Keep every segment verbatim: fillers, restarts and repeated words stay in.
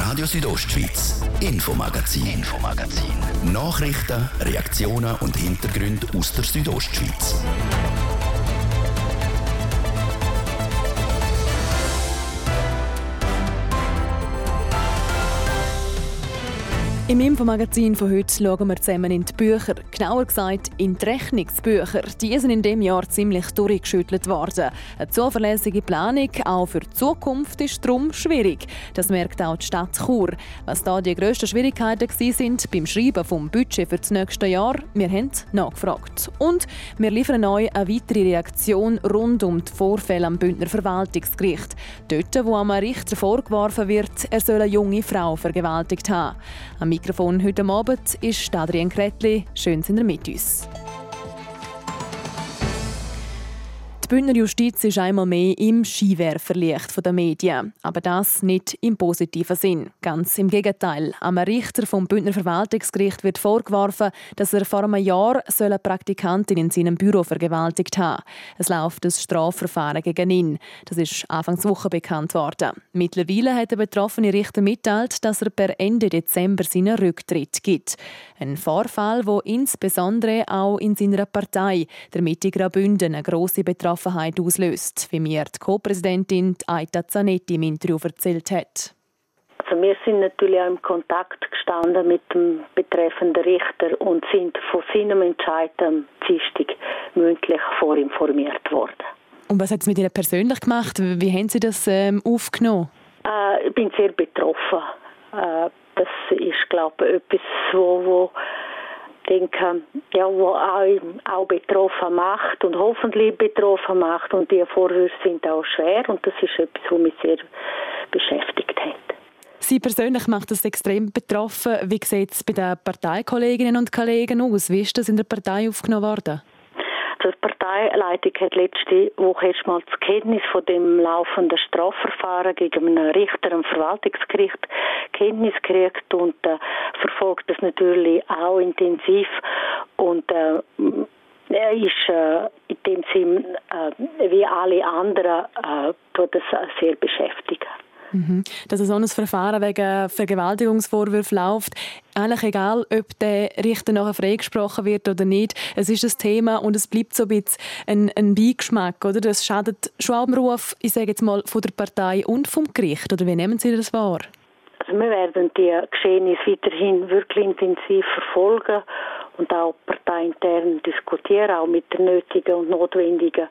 Radio Südostschweiz, Infomagazin. Infomagazin. Nachrichten, Reaktionen und Hintergründe aus der Südostschweiz. Im Infomagazin von heute schauen wir zusammen in die Bücher, genauer gesagt in die Rechnungsbücher. Die sind in diesem Jahr ziemlich durchgeschüttelt worden. Eine zuverlässige Planung, auch für die Zukunft, ist darum schwierig. Das merkt auch die Stadt Chur. Was da die grössten Schwierigkeiten waren beim Schreiben vom Budget für das nächste Jahr, wir haben nachgefragt. Und wir liefern euch eine weitere Reaktion rund um die Vorfälle am Bündner Verwaltungsgericht. Dort, wo einem Richter vorgeworfen wird, er soll eine junge Frau vergewaltigt haben. Am Mikrofon heute Abend ist Adrian Kretli. Schön, sind ihr mit uns. Die Bündner Justiz ist einmal mehr im Skiwerferlicht der Medien. Aber das nicht im positiven Sinn. Ganz im Gegenteil. Einem Richter vom Bündner Verwaltungsgericht wird vorgeworfen, dass er vor einem Jahr eine Praktikantin in seinem Büro vergewaltigt hat. Es läuft ein Strafverfahren gegen ihn. Das ist Anfang der Woche bekannt worden. Mittlerweile hat der betroffene Richter mitteilt, dass er per Ende Dezember seinen Rücktritt gibt. Ein Vorfall, der insbesondere auch in seiner Partei, der Mitte Graubünden, eine grosse Betroffenheit auslöst, wie mir die Co-Präsidentin Aita Zanetti im Interview erzählt hat. Also wir sind natürlich auch im Kontakt gestanden mit dem betreffenden Richter und sind von seinem Entscheid am Dienstag mündlich vorinformiert worden. Und was hat es mit Ihnen persönlich gemacht? Wie haben Sie das ähm, aufgenommen? Äh, ich bin sehr betroffen. Äh, das ist, glaube ich, etwas, wo, wo denke, ja, wo auch, auch betroffen macht und hoffentlich betroffen macht. Und die Vorwürfe sind auch schwer und das ist etwas, was mich sehr beschäftigt hat. Sie persönlich macht das extrem betroffen. Wie sieht es bei den Parteikolleginnen und Kollegen aus? Wie ist das in der Partei aufgenommen worden? Die Parteileitung hat letzte Woche erstmal zur Kenntnis von dem laufenden Strafverfahren gegen einen Richter am Verwaltungsgericht Kenntnis gekriegt und äh, verfolgt das natürlich auch intensiv. Und äh, er ist äh, in dem Sinn, äh, wie alle anderen, äh, tut das sehr beschäftigen. Mhm. Dass so ein Verfahren wegen Vergewaltigungsvorwürfen läuft, eigentlich egal, ob der Richter nachher freigesprochen wird oder nicht. Es ist ein Thema und es bleibt so ein bisschen ein, ein Beigeschmack, oder? Das schadet schon auch dem Ruf, ich sage jetzt mal, von der Partei und vom Gericht. Oder wie nehmen Sie das wahr? Also wir werden die Geschehnisse weiterhin wirklich intensiv verfolgen und auch parteiintern diskutieren, auch mit der nötigen und notwendigen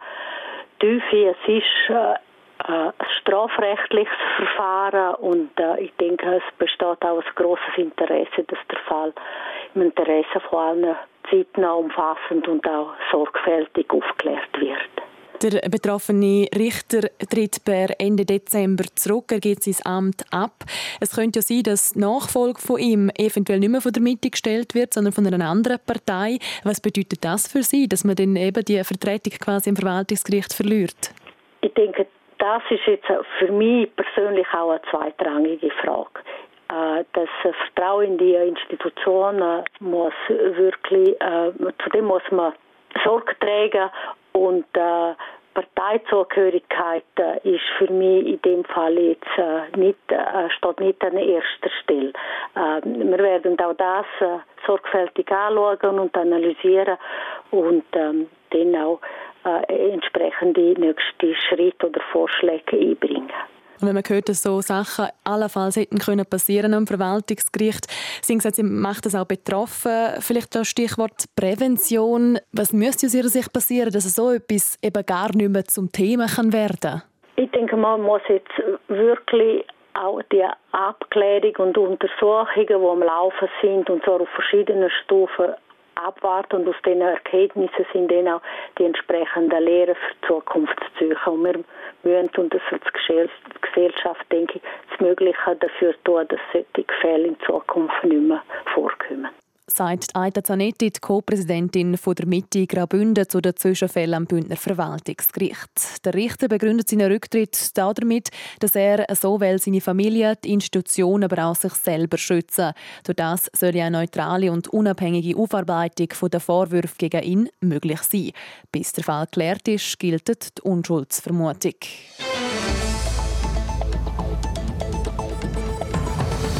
Tiefe. Es ist äh, ein strafrechtliches Verfahren und äh, ich denke, es besteht auch ein grosses Interesse, dass der Fall im Interesse von allen zeitnah umfassend und auch sorgfältig aufgeklärt wird. Der betroffene Richter tritt per Ende Dezember zurück. Er gibt sein Amt ab. Es könnte ja sein, dass die Nachfolge von ihm eventuell nicht mehr von der Mitte gestellt wird, sondern von einer anderen Partei. Was bedeutet das für Sie, dass man dann eben die Vertretung quasi im Verwaltungsgericht verliert? Ich denke, das ist jetzt für mich persönlich auch eine zweitrangige Frage. Das Vertrauen in die Institutionen muss wirklich, zu dem muss man Sorge tragen und äh, Parteizugehörigkeit äh, ist für mich in dem Fall jetzt äh, nicht, äh, steht nicht an erster Stelle. Äh, wir werden auch das äh, sorgfältig anschauen und analysieren und ähm, dann auch äh, entsprechende nächste Schritte oder Vorschläge einbringen. Und wenn man hört, dass so Sachen allenfalls hätten können passieren am Verwaltungsgericht, Sie haben gesagt, Sie macht das auch betroffen. Vielleicht das Stichwort Prävention. Was müsste aus Ihrer Sicht passieren, dass so etwas eben gar nicht mehr zum Thema kann werden? Ich denke, man muss jetzt wirklich auch die Abklärung und Untersuchungen, die am Laufen sind und zwar auf verschiedenen Stufen, abwarten und aus diesen Erkenntnissen sind dann auch die entsprechenden Lehren für die Zukunft zu suchen. Und wir müssen, und das wird die Gesellschaft, denke ich, das Mögliche dafür tun, dass solche Fälle in Zukunft nicht mehr vorkommen. Sagt Aita Zanetti, die Co-Präsidentin der Mitte Graubünden zu den Zwischenfällen am Bündner Verwaltungsgericht. Der Richter begründet seinen Rücktritt damit, dass er sowohl seine Familie, die Institution, aber auch sich selber schützen. Durch das soll eine neutrale und unabhängige Aufarbeitung der Vorwürfe gegen ihn möglich sein. Bis der Fall geklärt ist, gilt die Unschuldsvermutung.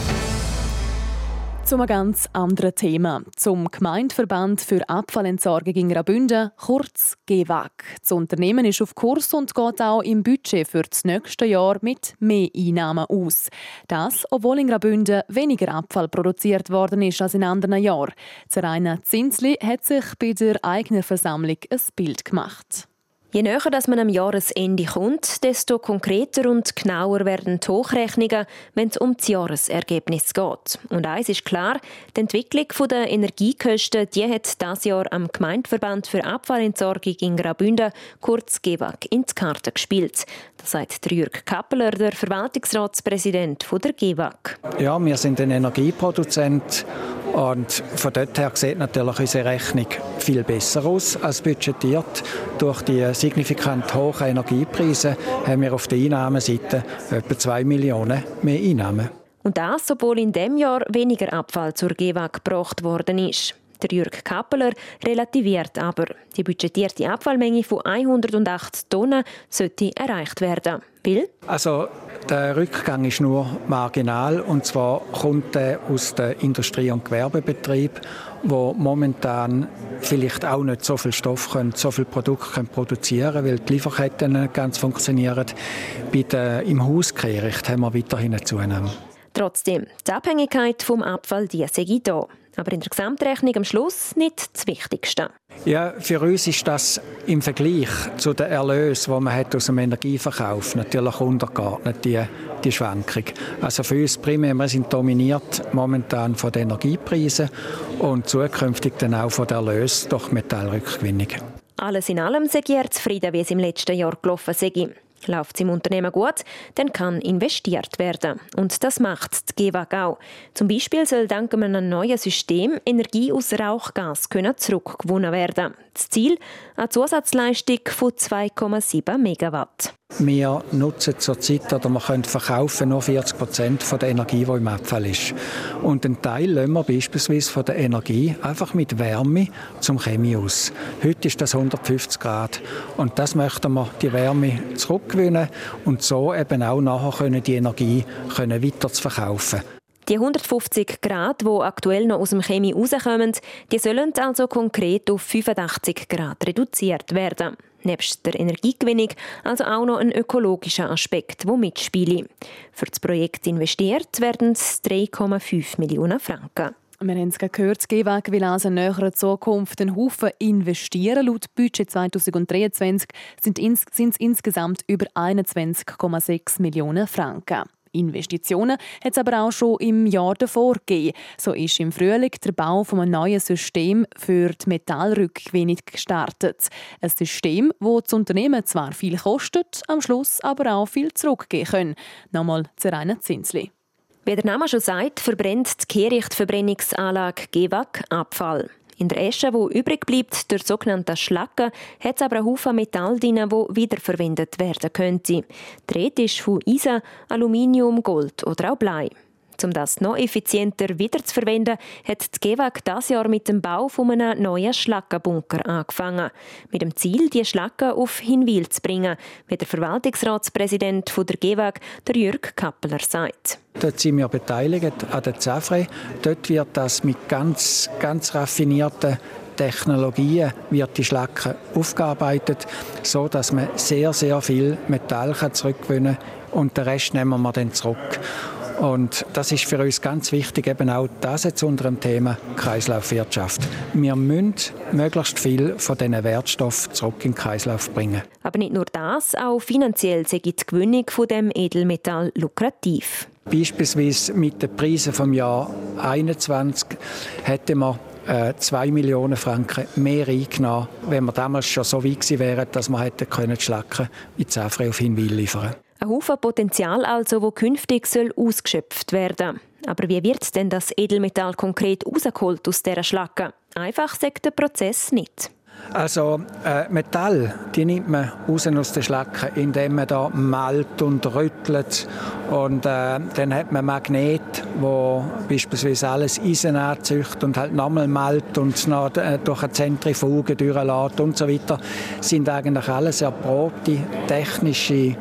Zu einem ganz anderen Thema. Zum Gemeindeverband für Abfallentsorgung in Graubünden, kurz G W A G. Das Unternehmen ist auf Kurs und geht auch im Budget für das nächste Jahr mit mehr Einnahmen aus. Das, obwohl in Graubünden weniger Abfall produziert worden ist als in anderen Jahren. Zeraina Zinsli hat sich bei der eigenen Versammlung ein Bild gemacht. Je näher dass man am Jahresende kommt, desto konkreter und genauer werden die Hochrechnungen, wenn es um das Jahresergebnis geht. Und eins ist klar, die Entwicklung der Energiekosten die hat dieses Jahr am Gemeindeverband für Abfallentsorgung in Graubünden, kurz G W A G, in die Karten gespielt. Das sagt Jürg Kappeler, der Verwaltungsratspräsident der G W A G. Ja, wir sind ein Energieproduzent und von dort her sieht natürlich unsere Rechnung viel besser aus als budgetiert. Durch die signifikant hohen Energiepreise haben wir auf der Einnahmenseite etwa zwei Millionen mehr Einnahmen. Und das, obwohl in diesem Jahr weniger Abfall zur G W A G gebracht worden ist. Der Jürg Kappeler relativiert aber. Die budgetierte Abfallmenge von hundertacht Tonnen sollte erreicht werden. Weil? Also der Rückgang ist nur marginal, und zwar kommt er aus dem Industrie- und Gewerbebetrieb, wo momentan vielleicht auch nicht so viel Stoff können, so viel Produkte können produzieren können, weil die Lieferketten nicht ganz funktionieren. Bei der, im Hauskehricht haben wir weiterhin eine Zunahme. Trotzdem, die Abhängigkeit vom Abfall die sei da. Aber in der Gesamtrechnung am Schluss nicht das Wichtigste. Ja, für uns ist das im Vergleich zu den Erlösen, die man hat aus dem Energieverkauf natürlich untergeordnet, die, die Schwankung. Also für uns primär, wir sind dominiert momentan von den Energiepreisen und zukünftig dann auch von den Erlösen durch Metallrückgewinnung. Alles in allem sei er zufrieden, wie es im letzten Jahr gelaufen sei. Läuft es im Unternehmen gut, dann kann investiert werden. Und das macht die G W A G auch. Zum Beispiel soll dank einem neuen System Energie aus Rauchgas können zurückgewonnen werden. Das Ziel? Eine Zusatzleistung von zwei Komma sieben Megawatt. Wir nutzen zurzeit, oder wir können verkaufen, nur vierzig Prozent von der Energie, die im Abfall ist. Und einen Teil lassen wir beispielsweise von der Energie einfach mit Wärme zum Chemie aus. Heute ist das hundertfünfzig Grad. Und das möchten wir, die Wärme, zurückgewinnen und so eben auch nachher können die Energie können weiter zu verkaufen. Die hundertfünfzig Grad, die aktuell noch aus dem Chemie rauskommen, die sollen also konkret auf fünfundachtzig Grad reduziert werden. Nebst der Energiegewinnung also auch noch ein ökologischer Aspekt, der mitspielt. Für das Projekt investiert werden es drei Komma fünf Millionen Franken. Wir haben es gehört, die G W A G will also in näherer Zukunft einen Haufen investieren. Laut Budget zweitausenddreiundzwanzig sind es insgesamt über einundzwanzig Komma sechs Millionen Franken. Investitionen hat es aber auch schon im Jahr davor gegeben. So ist im Frühling der Bau von einem neuen System für die Metallrückgewinnung gestartet. Ein System, das das Unternehmen zwar viel kostet, am Schluss aber auch viel zurückgeben kann. Nochmal Zeraina Zinsli. Wie der Name schon sagt, verbrennt die Kehrichtverbrennungsanlage G W A G Abfall. In der Esche, die übrig bleibt, der sogenannte Schlacken, hat es aber einen Haufen Metall drin, der wiederverwendet werden könnte. Die Rede ist von Eisen, Aluminium, Gold oder auch Blei. Um das noch effizienter wiederzuverwenden, hat die G W A G dieses Jahr mit dem Bau von einem neuen Schlackenbunker angefangen. Mit dem Ziel, die Schlacken auf Hinwil zu bringen, wie der Verwaltungsratspräsident der G W A G, der Jürg Kappeler, sagt. Dort sind wir beteiligt an der Zafre. Dort wird das mit ganz, ganz raffinierten Technologien wird die Schlacken aufgearbeitet, so dass man sehr, sehr viel Metall zurückgewinnen kann und den Rest nehmen wir dann zurück. Und das ist für uns ganz wichtig, eben auch das jetzt unter dem Thema Kreislaufwirtschaft. Wir müssen möglichst viel von diesen Wertstoffen zurück in den Kreislauf bringen. Aber nicht nur das, auch finanziell sei die Gewinnung von dem Edelmetall lukrativ. Beispielsweise mit den Preisen vom Jahr einundzwanzig hätten wir zwei Millionen Franken mehr eingenommen, wenn wir damals schon so weit gewesen wären, dass wir hätten können die Schlacken in Zafre auf Hinwil liefern. Ein Haufen Potenzial also, das künftig soll ausgeschöpft werden. Aber wie wird denn das Edelmetall konkret rausgeholt aus dieser Schlacke? Einfach sagt der Prozess nicht. Also äh, Metall, die nimmt man raus aus der Schlacke, indem man da malt und rüttelt. Und äh, dann hat man Magnet, wo beispielsweise alles Eisen anzüchtet und halt nochmal malt und noch äh, durch eine Zentrifuge durchlässt und so weiter. Das sind eigentlich alles erprobte technische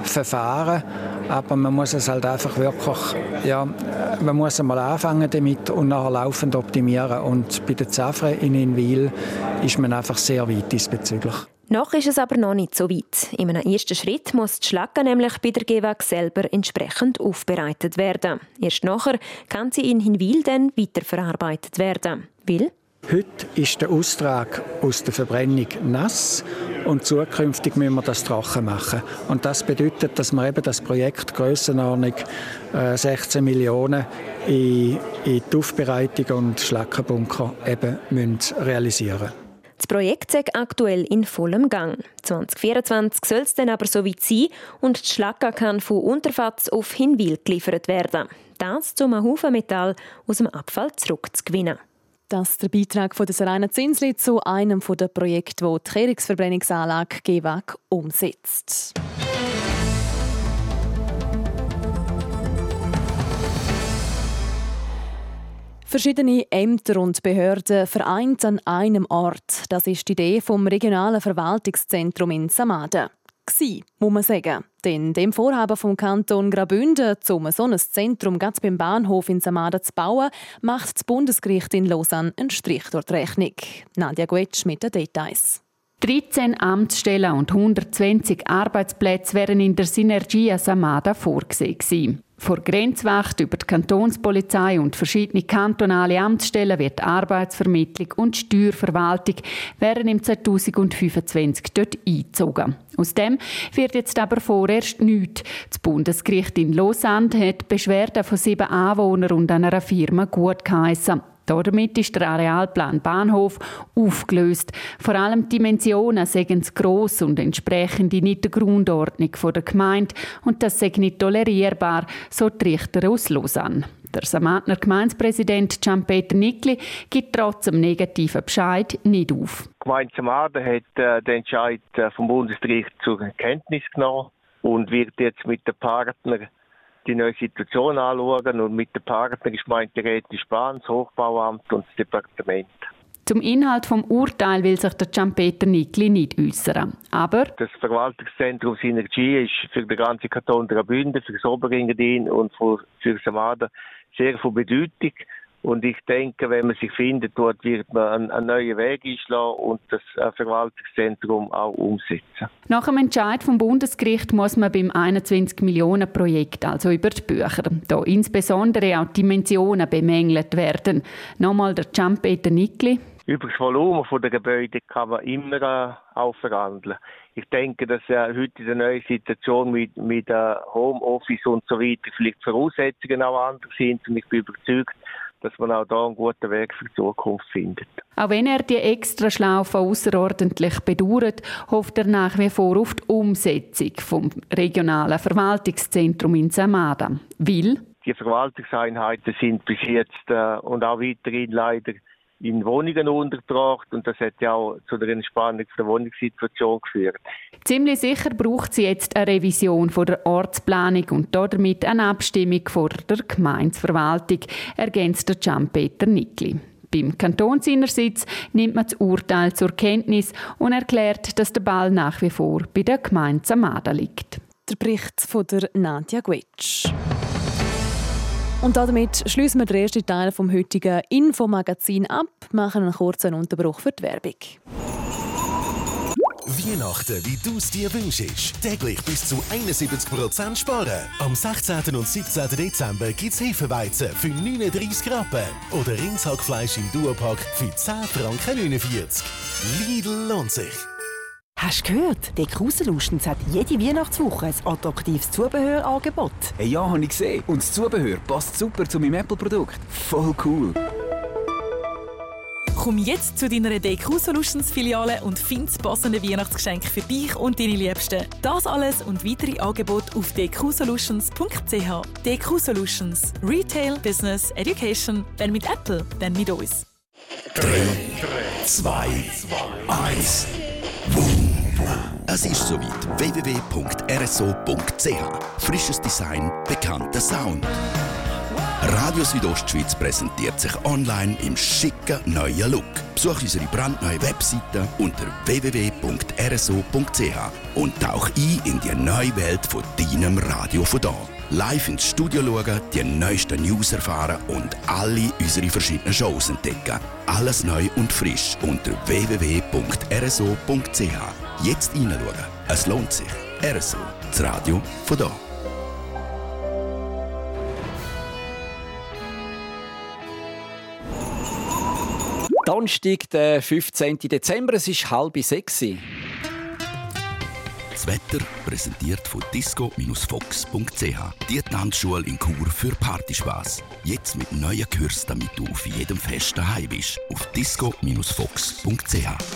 Verfahren, aber man muss es halt einfach wirklich, ja, man muss einmal anfangen damit und nachher laufend optimieren. Und bei der Zafre in Hinwil ist man einfach sehr weit diesbezüglich. Noch ist es aber noch nicht so weit. In einem ersten Schritt muss die Schlacke nämlich bei der G E W A G selber entsprechend aufbereitet werden. Erst nachher kann sie in Hinwil dann weiterverarbeitet werden. Weil heute ist der Austrag aus der Verbrennung nass und zukünftig müssen wir das trocken machen. Und das bedeutet, dass wir eben das Projekt Grössenordnung äh, sechzehn Millionen in, in die Aufbereitung und Schlackenbunker eben müssen realisieren müssen. Das Projekt ist aktuell in vollem Gang. zwanzig vierundzwanzig soll es dann aber so weit sein und die Schlacke kann von Unterfatz auf Hinwil geliefert werden. Das, um einen Haufen Metall aus dem Abfall zurückzugewinnen. Das ist der Beitrag von der Serena Zinsli zu einem der Projekte, das die Kehrungsverbrennungsanlage G E W A G umsetzt. Verschiedene Ämter und Behörden vereint an einem Ort. Das ist die Idee vom regionalen Verwaltungszentrum in Samaden. Gsi, muss man sagen. Denn dem Vorhaben vom Kanton Graubünden, um so ein Zentrum ganz beim Bahnhof in Samaden zu bauen, macht das Bundesgericht in Lausanne einen Strich durch die Rechnung. Nadja Guetsch mit den Details. dreizehn Amtsstellen und hundertzwanzig Arbeitsplätze wären in der Synergia Samaden vorgesehen gewesen. Vor Grenzwacht über die Kantonspolizei und verschiedene kantonale Amtsstellen wie die Arbeitsvermittlung und die Steuerverwaltung wären im zweitausendfünfundzwanzig dort eingezogen. Aus dem wird jetzt aber vorerst nichts. Das Bundesgericht in Lausanne hat die Beschwerden von sieben Anwohnern und einer Firma gutgeheissen. Damit ist der Arealplan Bahnhof aufgelöst. Vor allem die Dimensionen seien gross und entsprechend nicht der Grundordnung der Gemeinde. Und das sei nicht tolerierbar, so die Richter aus Lausanne. Der Samadner Gemeindepräsident Gian-Peter Nickli gibt trotz dem negativen Bescheid nicht auf. Die Gemeinde Samaden hat äh, den Entscheid äh, vom Bundesgericht zur Kenntnis genommen und wird jetzt mit den Partnern die neue Situation anschauen. Und mit den Partnern ist gemeint die Rätische Bahn, das Hochbauamt und das Departement. Zum Inhalt des Urteils will sich der Gian-Peter Nickli nicht äußern. Aber das Verwaltungszentrum Synergie ist für den ganzen Kanton Graubünden, für das Oberengadin und für, für Samaden sehr von Bedeutung. Und ich denke, wenn man sich findet, dort wird man einen, einen neuen Weg einschlagen und das Verwaltungszentrum auch umsetzen. Nach dem Entscheid vom Bundesgericht muss man beim einundzwanzig Millionen Projekt, also über die Bücher, da insbesondere auch die Dimensionen bemängelt werden. Nochmal der Gian-Peter Nickli. Über das Volumen der Gebäude kann man immer äh, auch verhandeln. Ich denke, dass äh, heute in der neuen Situation mit, mit äh, Homeoffice und so weiter vielleicht Voraussetzungen auch anders sind. Und ich bin überzeugt, dass man auch da einen guten Weg für die Zukunft findet. Auch wenn er die Extraschlaufe außerordentlich bedauert, hofft er nach wie vor auf die Umsetzung vom regionalen Verwaltungszentrum in Samaden. Weil die Verwaltungseinheiten sind bis jetzt äh, und auch weiterhin leider in Wohnungen untergebracht und das hat ja auch zu der Entspannung der Wohnungssituation geführt. Ziemlich sicher braucht sie jetzt eine Revision von der Ortsplanung und damit eine Abstimmung vor der Gemeindeverwaltung, ergänzt der Gian-Peter Nickli. Beim Kantonsinnersitz nimmt man das Urteil zur Kenntnis und erklärt, dass der Ball nach wie vor bei der Gemeinde Samaden liegt. Der Bericht von der Nadja Guetsch. Und damit schließen wir den ersten Teil vom heutigen Infomagazin ab, machen einen kurzen Unterbruch für die Werbung. Weihnachten, wie du es dir wünschst. Täglich bis zu einundsiebzig Prozent sparen. Am sechzehnten und siebzehnten Dezember gibt es Hefeweizen für neununddreissig Rappen. Oder Rindshackfleisch im Duopack für zehn Franken neunundvierzig. Lidl lohnt sich. Hast du gehört? Decru Solutions hat jede Weihnachtswoche ein attraktives Zubehörangebot. Hey, ja, habe ich gesehen. Und das Zubehör passt super zu meinem Apple-Produkt. Voll cool. Komm jetzt zu deiner Decru Solutions Filiale und find das passende Weihnachtsgeschenk für dich und deine Liebsten. Das alles und weitere Angebote auf decru solutions punkt c h. Decru Solutions. Retail, Business, Education. Wenn mit Apple, dann mit uns. drei, zwei, eins. Es ist soweit. w w w punkt r s o punkt c h. Frisches Design, bekannter Sound. Radio Südostschweiz präsentiert sich online im schicken neuen Look. Besuch unsere brandneue Webseite unter w w w punkt r s o punkt c h und tauch ein in die neue Welt von deinem Radio von da. Live ins Studio schauen, die neuesten News erfahren und alle unsere verschiedenen Shows entdecken. Alles neu und frisch unter w w w punkt r s o punkt c h. Jetzt reinschauen. Es lohnt sich. R S O, das Radio von da. Donnerstag, der fünfzehnten Dezember, es ist halb sechs. Das Wetter präsentiert von disco fox punkt c h. Die Tanzschule in Chur für Partyspaß. Jetzt mit neuen Kursen, damit du auf jedem Fest daheim bist. Auf disco fox punkt c h.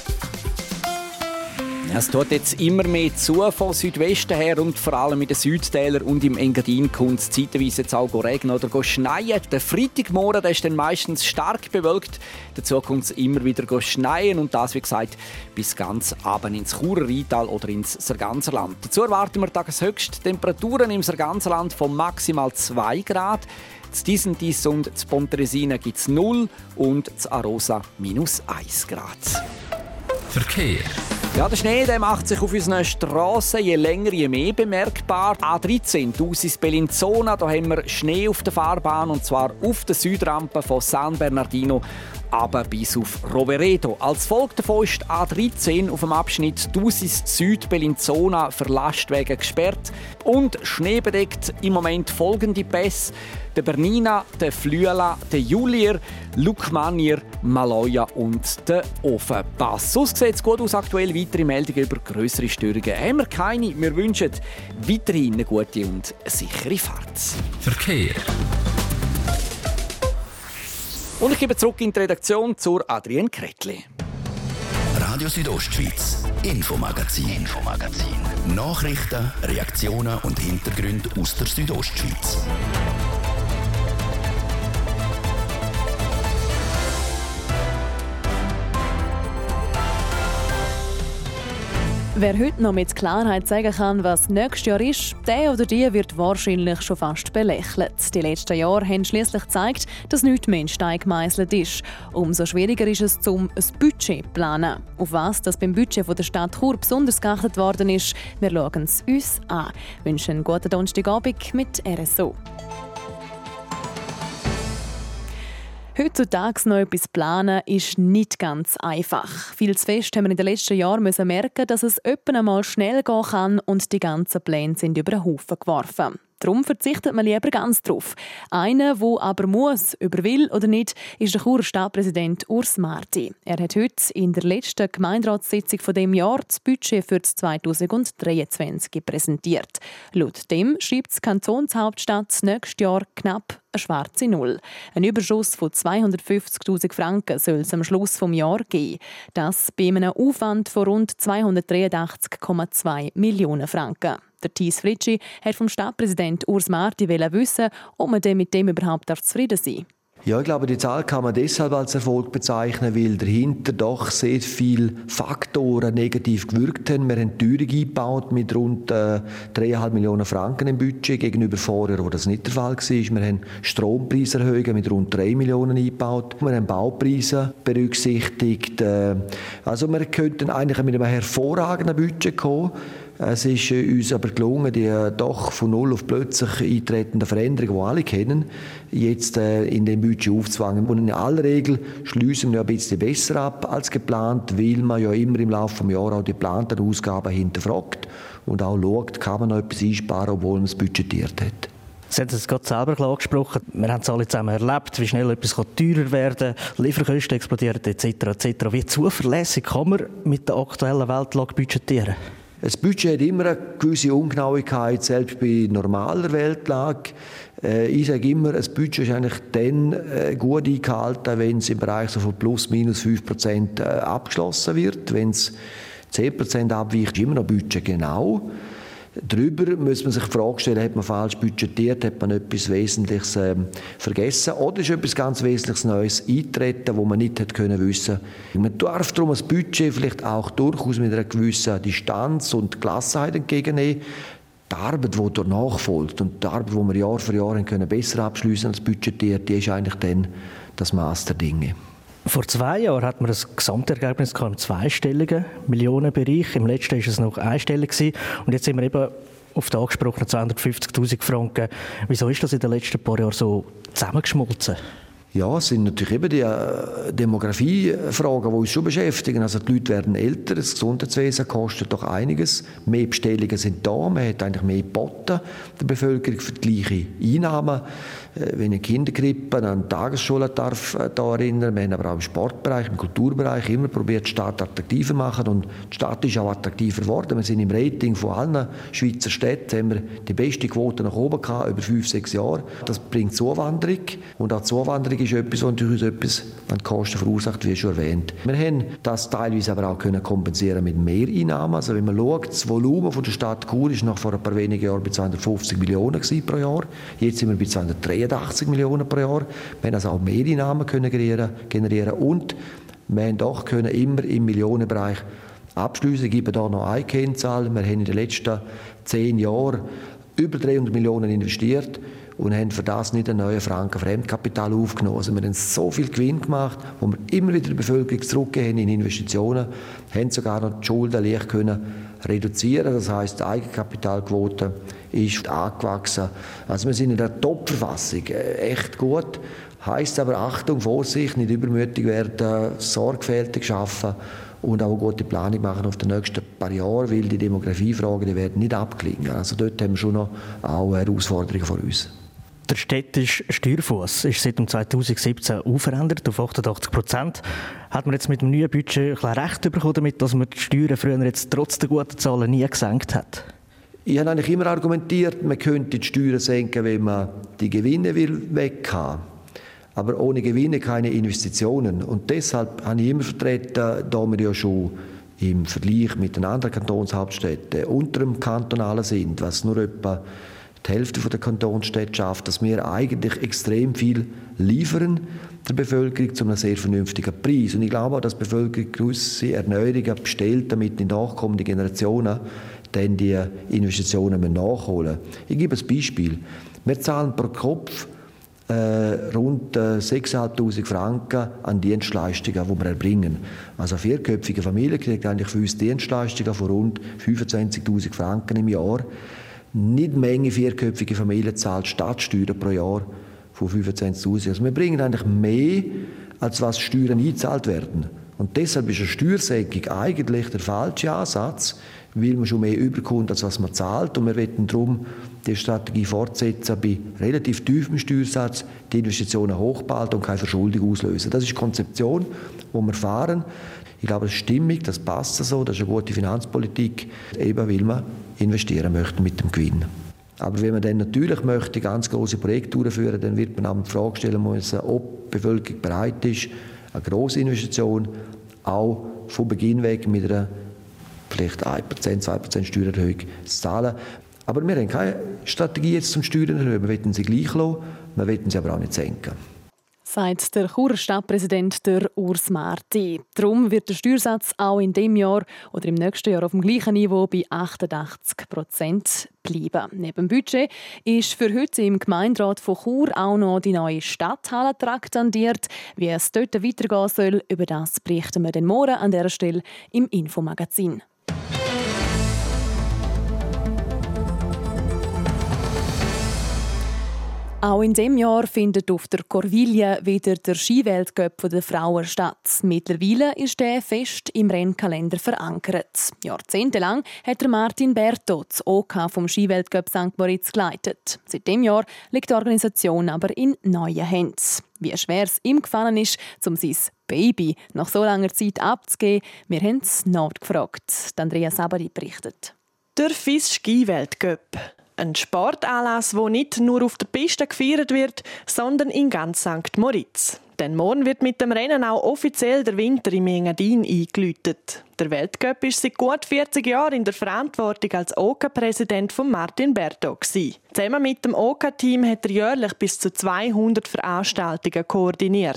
Es tut jetzt immer mehr zu von Südwesten her und vor allem in den Südtälern und im Engadin kommt es zeitweise jetzt auch regnen oder schneien. Der Freitagmorgen der ist dann meistens stark bewölkt. Dazu kommt es immer wieder schneien und das, wie gesagt, bis ganz abend ins Churer Rheintal oder ins Sarganserland. Dazu erwarten wir tageshöchste Temperaturen im Sarganserland von maximal zwei Grad. Z Disentis und z Pontresina gibt es null und z Arosa minus eins Grad. Verkehr. Ja, der Schnee der macht sich auf unseren Strassen je länger, je mehr bemerkbar. A dreizehn, Thusis Bellinzona, da haben wir Schnee auf der Fahrbahn und zwar auf der Südrampe von San Bernardino aber bis auf Roveredo. Als Folge davon ist die A dreizehn auf dem Abschnitt Thusis Süd Bellinzona für Lastwagen gesperrt und schneebedeckt im Moment folgende Pässe: der Bernina, der Flüela, der Julier, Lukmanier, Maloja und der Ofenpass. Sonst sieht es gut aus. Aktuell weitere Meldungen über grössere Störungen haben wir keine. Wir wünschen weiterhin eine gute und sichere Fahrt. Verkehr. Und ich gebe zurück in die Redaktion zur Adrienne Kretli. Radio Südostschweiz, Infomagazin. Infomagazin. Nachrichten, Reaktionen und Hintergründe aus der Südostschweiz. Wer heute noch mit Klarheit sagen kann, was nächstes Jahr ist, der oder die wird wahrscheinlich schon fast belächelt. Die letzten Jahre haben schließlich gezeigt, dass nichts mehr in Stein gemeißelt ist. Umso schwieriger ist es, um ein Budget zu planen. Auf was das beim Budget der Stadt Chur besonders geachtet worden ist, wir schauen es uns an. Wir wünschen einen guten Donnerstagabend mit R S O. Heutzutage noch etwas planen ist nicht ganz einfach. Viel zu fest haben wir in den letzten Jahren müssen merken, dass es öppen einmal schnell gehen kann und die ganzen Pläne sind über den Haufen geworfen. Darum verzichtet man lieber ganz drauf. Einer, der aber muss, über will oder nicht, ist der Churer Stadtpräsident Urs Marti. Er hat heute in der letzten Gemeinderatssitzung von dem Jahr das Budget für das zweitausenddreiundzwanzig präsentiert. Laut dem schreibt die Kantonshauptstadt nächstes Jahr knapp eine schwarze Null. Ein Überschuss von zweihundertfünfzigtausend Franken soll es am Schluss des Jahres geben. Das bei einem Aufwand von rund zweihundertdreiundachtzig Komma zwei Millionen Franken. Der Thies Fritschi hat vom Stadtpräsident Urs Marti wissen, ob man mit dem überhaupt zufrieden sein darf. Ja, ich glaube, die Zahl kann man deshalb als Erfolg bezeichnen, weil dahinter doch sehr viele Faktoren negativ gewirkt haben. Wir haben Teuerung eingebaut mit rund äh, drei Komma fünf Millionen Franken im Budget gegenüber vorher, wo das nicht der Fall war. Wir haben Strompreiserhöhungen mit rund drei Millionen eingebaut. Wir haben Baupreise berücksichtigt. Äh, also wir könnten eigentlich mit einem hervorragenden Budget kommen. Es ist uns aber gelungen, die doch von null auf plötzlich eintretende Veränderungen, die alle kennen, jetzt in dem Budget aufzwangen. Und in aller Regel schliessen wir ein bisschen besser ab als geplant, weil man ja immer im Laufe des Jahres auch die geplanten Ausgaben hinterfragt und auch schaut, kann man noch etwas einsparen, obwohl man es budgetiert hat. Sie haben es gerade selber angesprochen. Wir haben es alle zusammen erlebt, wie schnell etwas teurer werden kann, Lieferkosten explodieren et cetera et cetera. Wie zuverlässig kann man mit der aktuellen Weltlage budgetieren? Das Budget hat immer eine gewisse Ungenauigkeit, selbst bei normaler Weltlage. Ich sage immer, ein Budget ist eigentlich dann gut eingehalten, wenn es im Bereich so von plus minus fünf Prozent abgeschlossen wird. Wenn es zehn Prozent abweicht, ist immer noch Budget genau. Darüber muss man sich die Frage stellen, hat man falsch budgetiert, hat man etwas Wesentliches äh, vergessen oder ist etwas ganz Wesentliches Neues eingetreten, das man nicht hätte können wissen. Man darf darum das Budget vielleicht auch durchaus mit einer gewissen Distanz und Gelassenheit entgegennehmen. Die Arbeit, die danach folgt und die Arbeit, die wir Jahr für Jahr können besser abschliessen als budgetiert, die ist eigentlich dann das Maß der Dinge. Vor zwei Jahren hat man das Gesamtergebnis im zweistelligen Millionenbereich. Im letzten war es noch einstellig. Und jetzt sind wir eben auf die angesprochenen zweihundertfünfzigtausend Franken. Wieso ist das in den letzten paar Jahren so zusammengeschmolzen? Ja, es sind natürlich eben die äh, Demografiefragen, die uns schon beschäftigen. Also die Leute werden älter, das Gesundheitswesen kostet doch einiges. Mehr Bestellungen sind da, man hat eigentlich mehr geboten der Bevölkerung für die gleiche Einnahmen. Äh, wenn ich Kinderkrippen an Tagesschulen darf äh, da erinnern, wir haben aber auch im Sportbereich, im Kulturbereich immer probiert, die Stadt attraktiver zu machen und die Stadt ist auch attraktiver geworden. Wir sind im Rating von allen Schweizer Städten, haben wir die beste Quote nach oben gehabt, über fünf, sechs Jahre. Das bringt Zuwanderung und auch Zuwanderung ist etwas, was natürlich etwas an die Kosten verursacht, wie schon erwähnt. Wir haben das teilweise aber auch können kompensieren mit Mehreinnahmen. Also wenn man schaut, das Volumen von der Stadt Chur ist noch vor ein paar wenigen Jahren bei zweihundertfünfzig Millionen pro Jahr. Jetzt sind wir bei zweihundertdreiundachtzig Millionen pro Jahr. Wir haben also auch Mehreinnahmen können generieren und wir haben auch können immer im Millionenbereich abschliessen. Ich gebe da noch eine Kennzahl. Wir haben in den letzten zehn Jahren über dreihundert Millionen investiert und haben für das nicht einen neuen Franken Fremdkapital aufgenommen. Also wir haben so viel Gewinn gemacht, wo wir immer wieder die Bevölkerung zurückgehen in Investitionen, haben sogar noch die Schulden leicht können reduzieren. Das heisst, die Eigenkapitalquote ist angewachsen. Also wir sind in der Top-Verfassung, echt gut. Heisst aber Achtung, Vorsicht, nicht übermütig werden, sorgfältig schaffen und auch eine gute Planung machen auf die nächsten paar Jahre, weil die Demografiefragen die werden nicht abklingen. Also dort haben wir schon noch auch Herausforderungen vor uns. Der städtische Steuerfuss ist seit zweitausendsiebzehn unverändert auf achtundachtzig Prozent. Hat man jetzt mit dem neuen Budget ein recht bekommen damit, dass man die Steuern früher jetzt trotz der guten Zahlen nie gesenkt hat? Ich habe eigentlich immer argumentiert, man könnte die Steuern senken, wenn man die Gewinne will weghaben. Aber ohne Gewinne keine Investitionen. Und deshalb habe ich immer vertreten, da wir ja schon im Vergleich mit den anderen Kantonshauptstädten unter dem Kantonalen sind, was nur etwa die Hälfte der Kantonsstädte schafft, dass wir eigentlich extrem viel liefern der Bevölkerung zu einem sehr vernünftigen Preis. Und ich glaube auch, dass die Bevölkerung gewisse Erneuerungen bestellt, damit die nachkommenden Generationen dann die Investitionen nachholen müssen. Ich gebe ein Beispiel. Wir zahlen pro Kopf Äh, rund äh, sechstausendfünfhundert Franken an Dienstleistungen, die wir erbringen. Also eine vierköpfige Familie kriegt eigentlich für uns Dienstleistungen von rund fünfundzwanzigtausend Franken im Jahr. Nicht eine Menge vierköpfige Familien zahlt Stadtsteuern pro Jahr von fünfundzwanzigtausend. Also wir bringen eigentlich mehr, als was Steuern eingezahlt werden. Und deshalb ist eine Steuersenkung eigentlich der falsche Ansatz, weil man schon mehr überkommt, als was man zahlt. Und wir wollen darum die Strategie fortsetzen, bei relativ tiefem Steuersatz die Investitionen hochbehalten und keine Verschuldung auslösen. Das ist die Konzeption, die wir fahren. Ich glaube, das ist stimmig, das passt so, das ist eine gute Finanzpolitik, eben weil man investieren möchte mit dem Gewinn. Aber wenn man dann natürlich möchte, ganz große Projekte durchführen, dann wird man auch die Frage stellen müssen, ob die Bevölkerung bereit ist, eine grosse Investition auch von Beginn weg mit einer vielleicht ein Prozent, zwei Prozent Steuererhöhung zu zahlen. Aber wir haben keine Strategie jetzt zum Steuern erhöhen. Wir wollen sie gleich lassen, wir wollen sie aber auch nicht senken. Sagt der Churer Stadtpräsident der Urs Marti. Darum wird der Steuersatz auch in diesem Jahr oder im nächsten Jahr auf dem gleichen Niveau bei achtundachtzig Prozent bleiben. Neben dem Budget ist für heute im Gemeinderat von Chur auch noch die neue Stadthalle traktandiert. Wie es dort weitergehen soll, über das berichten wir dann morgen an dieser Stelle im Infomagazin. Auch in diesem Jahr findet auf der Corviglia wieder der Skiweltcup der Frauen statt. Mittlerweile ist der fest im Rennkalender verankert. Jahrzehntelang hat Martin Berto das OK vom Skiweltcup Sankt Moritz geleitet. Seit dem Jahr liegt die Organisation aber in neuen Händen. Wie schwer es ihm gefallen ist, um sein Baby nach so langer Zeit abzugeben, wir haben es nachgefragt. Andrea Sabari berichtet. Der F I S Skiweltcup. Ein Sportanlass, der nicht nur auf der Piste gefeiert wird, sondern in ganz Sankt Moritz. Denn morgen wird mit dem Rennen auch offiziell der Winter im Engadin eingeläutet. Der Weltcup ist seit gut vierzig Jahren in der Verantwortung als O K A-Präsident von Martin Berto. Zusammen mit dem O K A-Team hat er jährlich bis zu zweihundert Veranstaltungen koordiniert.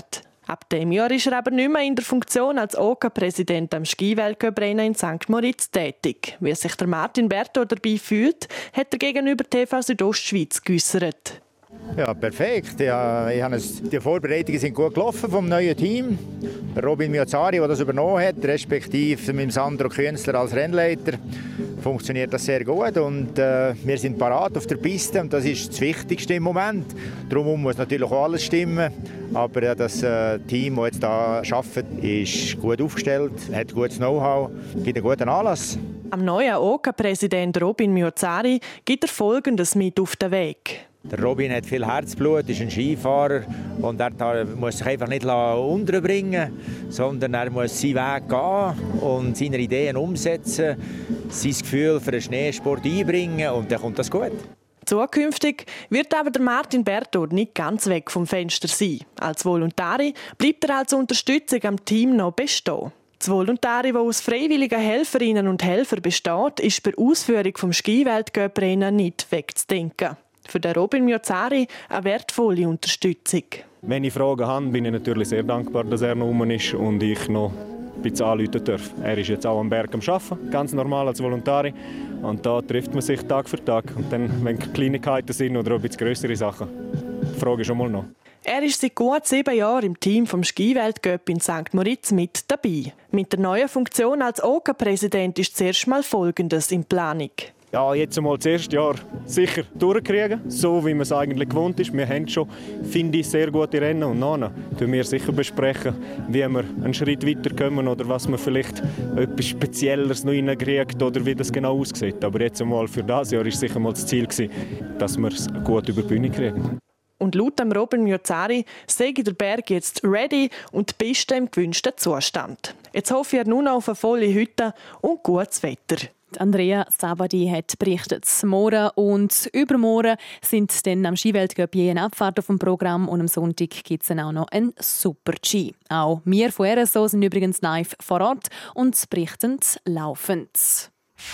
Ab dem Jahr ist er aber nicht mehr in der Funktion als O K A-Präsident am Skiweltcuprennen in Sankt Moritz tätig. Wie sich der Martin Berthold dabei fühlt, hat er gegenüber T V Südostschweiz geäussert. Ja, perfekt. Ja, ich habe es, die Vorbereitungen sind gut gelaufen vom neuen Team. Robin Miozari, der das übernommen hat, respektive mit Sandro Künstler als Rennleiter, funktioniert das sehr gut. Und, äh, wir sind parat auf der Piste und das ist das Wichtigste im Moment. Darum muss natürlich auch alles stimmen. Aber äh, das äh, Team, das jetzt hier arbeitet, ist gut aufgestellt, hat gutes Know-how, gibt einen guten Anlass. Am neuen O K A-Präsident Robin Miozari gibt er Folgendes mit auf den Weg. Der Robin hat viel Herzblut, ist ein Skifahrer und er muss sich einfach nicht unterbringen, sondern er muss seinen Weg gehen und seine Ideen umsetzen, sein Gefühl für den Schneesport einbringen und dann kommt das gut. Zukünftig wird aber der Martin Berthold nicht ganz weg vom Fenster sein. Als Volontari bleibt er als Unterstützung am Team noch bestehen. Das Volontari, das aus freiwilligen Helferinnen und Helfern besteht, ist bei der Ausführung des Skiweltcuprennen nicht wegzudenken. Für den Robin Miozari eine wertvolle Unterstützung. Wenn ich Fragen habe, bin ich natürlich sehr dankbar, dass er noch rum ist und ich noch ein bisschen anrufen darf. Er ist jetzt auch am Berg am Arbeiten, ganz normal als Volontari. Und da trifft man sich Tag für Tag. Und dann, wenn Kleinigkeiten sind oder ein bisschen grössere Sachen, frage ich schon mal noch. Er ist seit gut sieben Jahren im Team vom Skiweltcup in Sankt Moritz mit dabei. Mit der neuen Funktion als O K A-Präsident ist zuerst mal Folgendes in Planung. Ja, jetzt einmal das erste Jahr sicher durchkriegen, so wie man es eigentlich gewohnt ist. Wir haben schon, finde ich, sehr gute Rennen und nachher können wir sicher besprechen, wie wir einen Schritt weiterkommen oder was man vielleicht etwas Spezielleres noch reinkriegt oder wie das genau aussieht. Aber jetzt einmal für dieses Jahr war sicher mal das Ziel, dass wir es gut über die Bühne kriegen. Und laut dem Robin Miozari sei der Berg jetzt ready und die Piste im gewünschten Zustand. Jetzt hoffe ich nur noch auf eine volle Hütte und gutes Wetter. Andrea Sabadi hat berichtet. Morgen und übermorgen sind dann am Skiweltcup je eine Abfahrt auf dem Programm und am Sonntag gibt es dann auch noch ein Super-G. Auch wir von R S O sind übrigens live vor Ort und berichten laufend.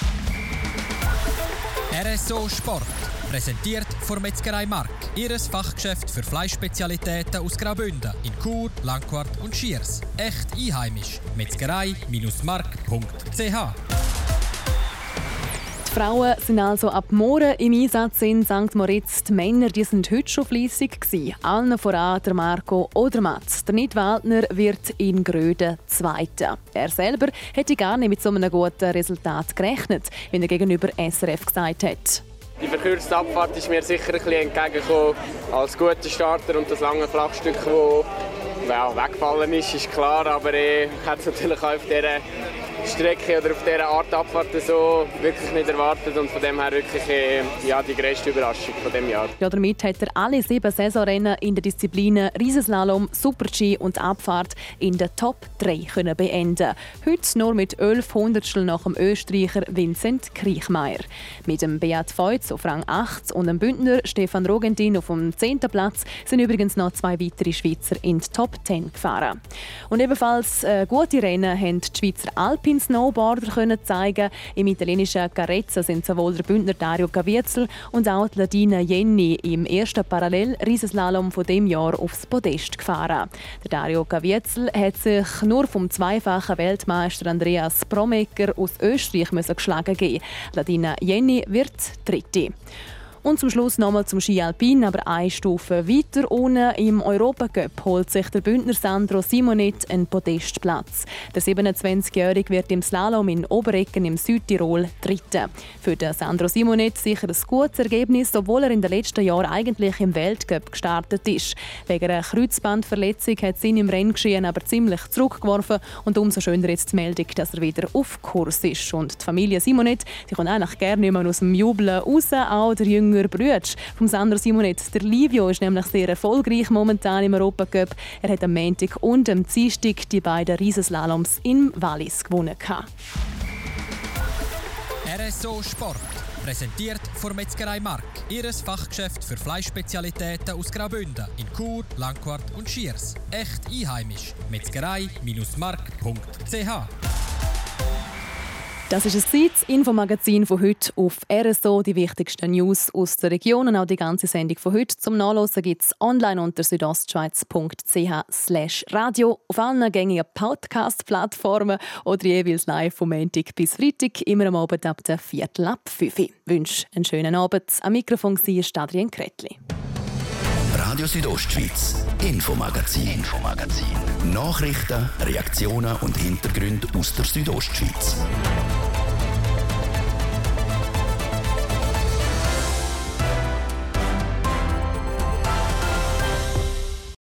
R S O Sport, präsentiert von Metzgerei Mark, ihres Fachgeschäft für Fleischspezialitäten aus Graubünden in Chur, Langquart und Schiers. Echt einheimisch. Metzgerei Mark punkt c h. Die Frauen sind also ab morgen im Einsatz in Sankt Moritz. Die Männer die sind heute schon fleissig gewesen. Allen voran der Marco oder Mats. Der Nid Waldner wird in Gröden Zweiter. Er selber hätte gar nicht mit so einem guten Resultat gerechnet, wie er gegenüber S R F gesagt hat. Die verkürzte Abfahrt ist mir sicher ein bisschen entgegengekommen als guter Starter und das lange Flachstück, das ja, weggefallen ist, ist klar. Aber ich hätte es natürlich auch auf dieser Strecke oder auf dieser Art Abfahrt so wirklich nicht erwartet und von dem her wirklich ja, die grösste Überraschung von dem Jahr. Ja, damit hat er alle sieben Saisonrennen in den Disziplinen Riesenslalom, Super-G und Abfahrt in den Top drei können beenden. Heute nur mit elf Hundertstel nach dem Österreicher Vincent Kriechmeier. Mit dem Beat Feutz auf Rang acht und dem Bündner Stefan Rogentin auf dem zehnten Platz sind übrigens noch zwei weitere Schweizer in die Top zehn gefahren. Und ebenfalls äh, gute Rennen haben die Schweizer Alpin Snowboarder können zeigen. Im italienischen Carezza sind sowohl der Bündner Dario Caviezel und auch die Ladina Jenny im ersten Parallel-Riesenslalom von dem Jahr aufs Podest gefahren. Der Dario Caviezel hat sich nur vom zweifachen Weltmeister Andreas Promecker aus Österreich müssen geschlagen geben. Ladina Jenny wird Dritte. Und zum Schluss nochmal zum Ski Alpin, aber eine Stufe weiter unten im Europacup holt sich der Bündner Sandro Simonet einen Podestplatz. Der siebenundzwanzigjährige wird im Slalom in Oberecken im Südtirol Dritter. Für den Sandro Simonet sicher ein gutes Ergebnis, obwohl er in den letzten Jahren eigentlich im Weltcup gestartet ist. Wegen einer Kreuzbandverletzung hat es ihn im Renngeschehen aber ziemlich zurückgeworfen und umso schöner jetzt die Meldung, dass er wieder auf Kurs ist. Und die Familie Simonet, die kommt eigentlich gerne nicht mehr aus dem Jubeln raus, auch der jüngere Bruder vom Sandro Simonet. Der Livio ist nämlich sehr erfolgreich momentan im Europacup. Er hat am Montag und am Dienstag die beiden Riesenslaloms in Wallis gewonnen. R S O Sport, präsentiert von Metzgerei Mark, ihres Fachgeschäft für Fleischspezialitäten aus Graubünden in Chur, Langquart und Schiers. Echt einheimisch. Metzgerei Mark punkt c h. Das ist es, das Infomagazin von heute auf R S O. Die wichtigsten News aus der Region und auch die ganze Sendung von heute zum Nachlesen gibt es online unter südostschweiz punkt c h slash radio, auf allen gängigen Podcast-Plattformen oder jeweils live vom Montag bis Freitag, immer am Abend ab der Viertel ab fünf. Ich wünsche einen schönen Abend. Am Mikrofon war Adrian Kretli. Radio Südostschweiz, Infomagazin. Infomagazin. Nachrichten, Reaktionen und Hintergründe aus der Südostschweiz.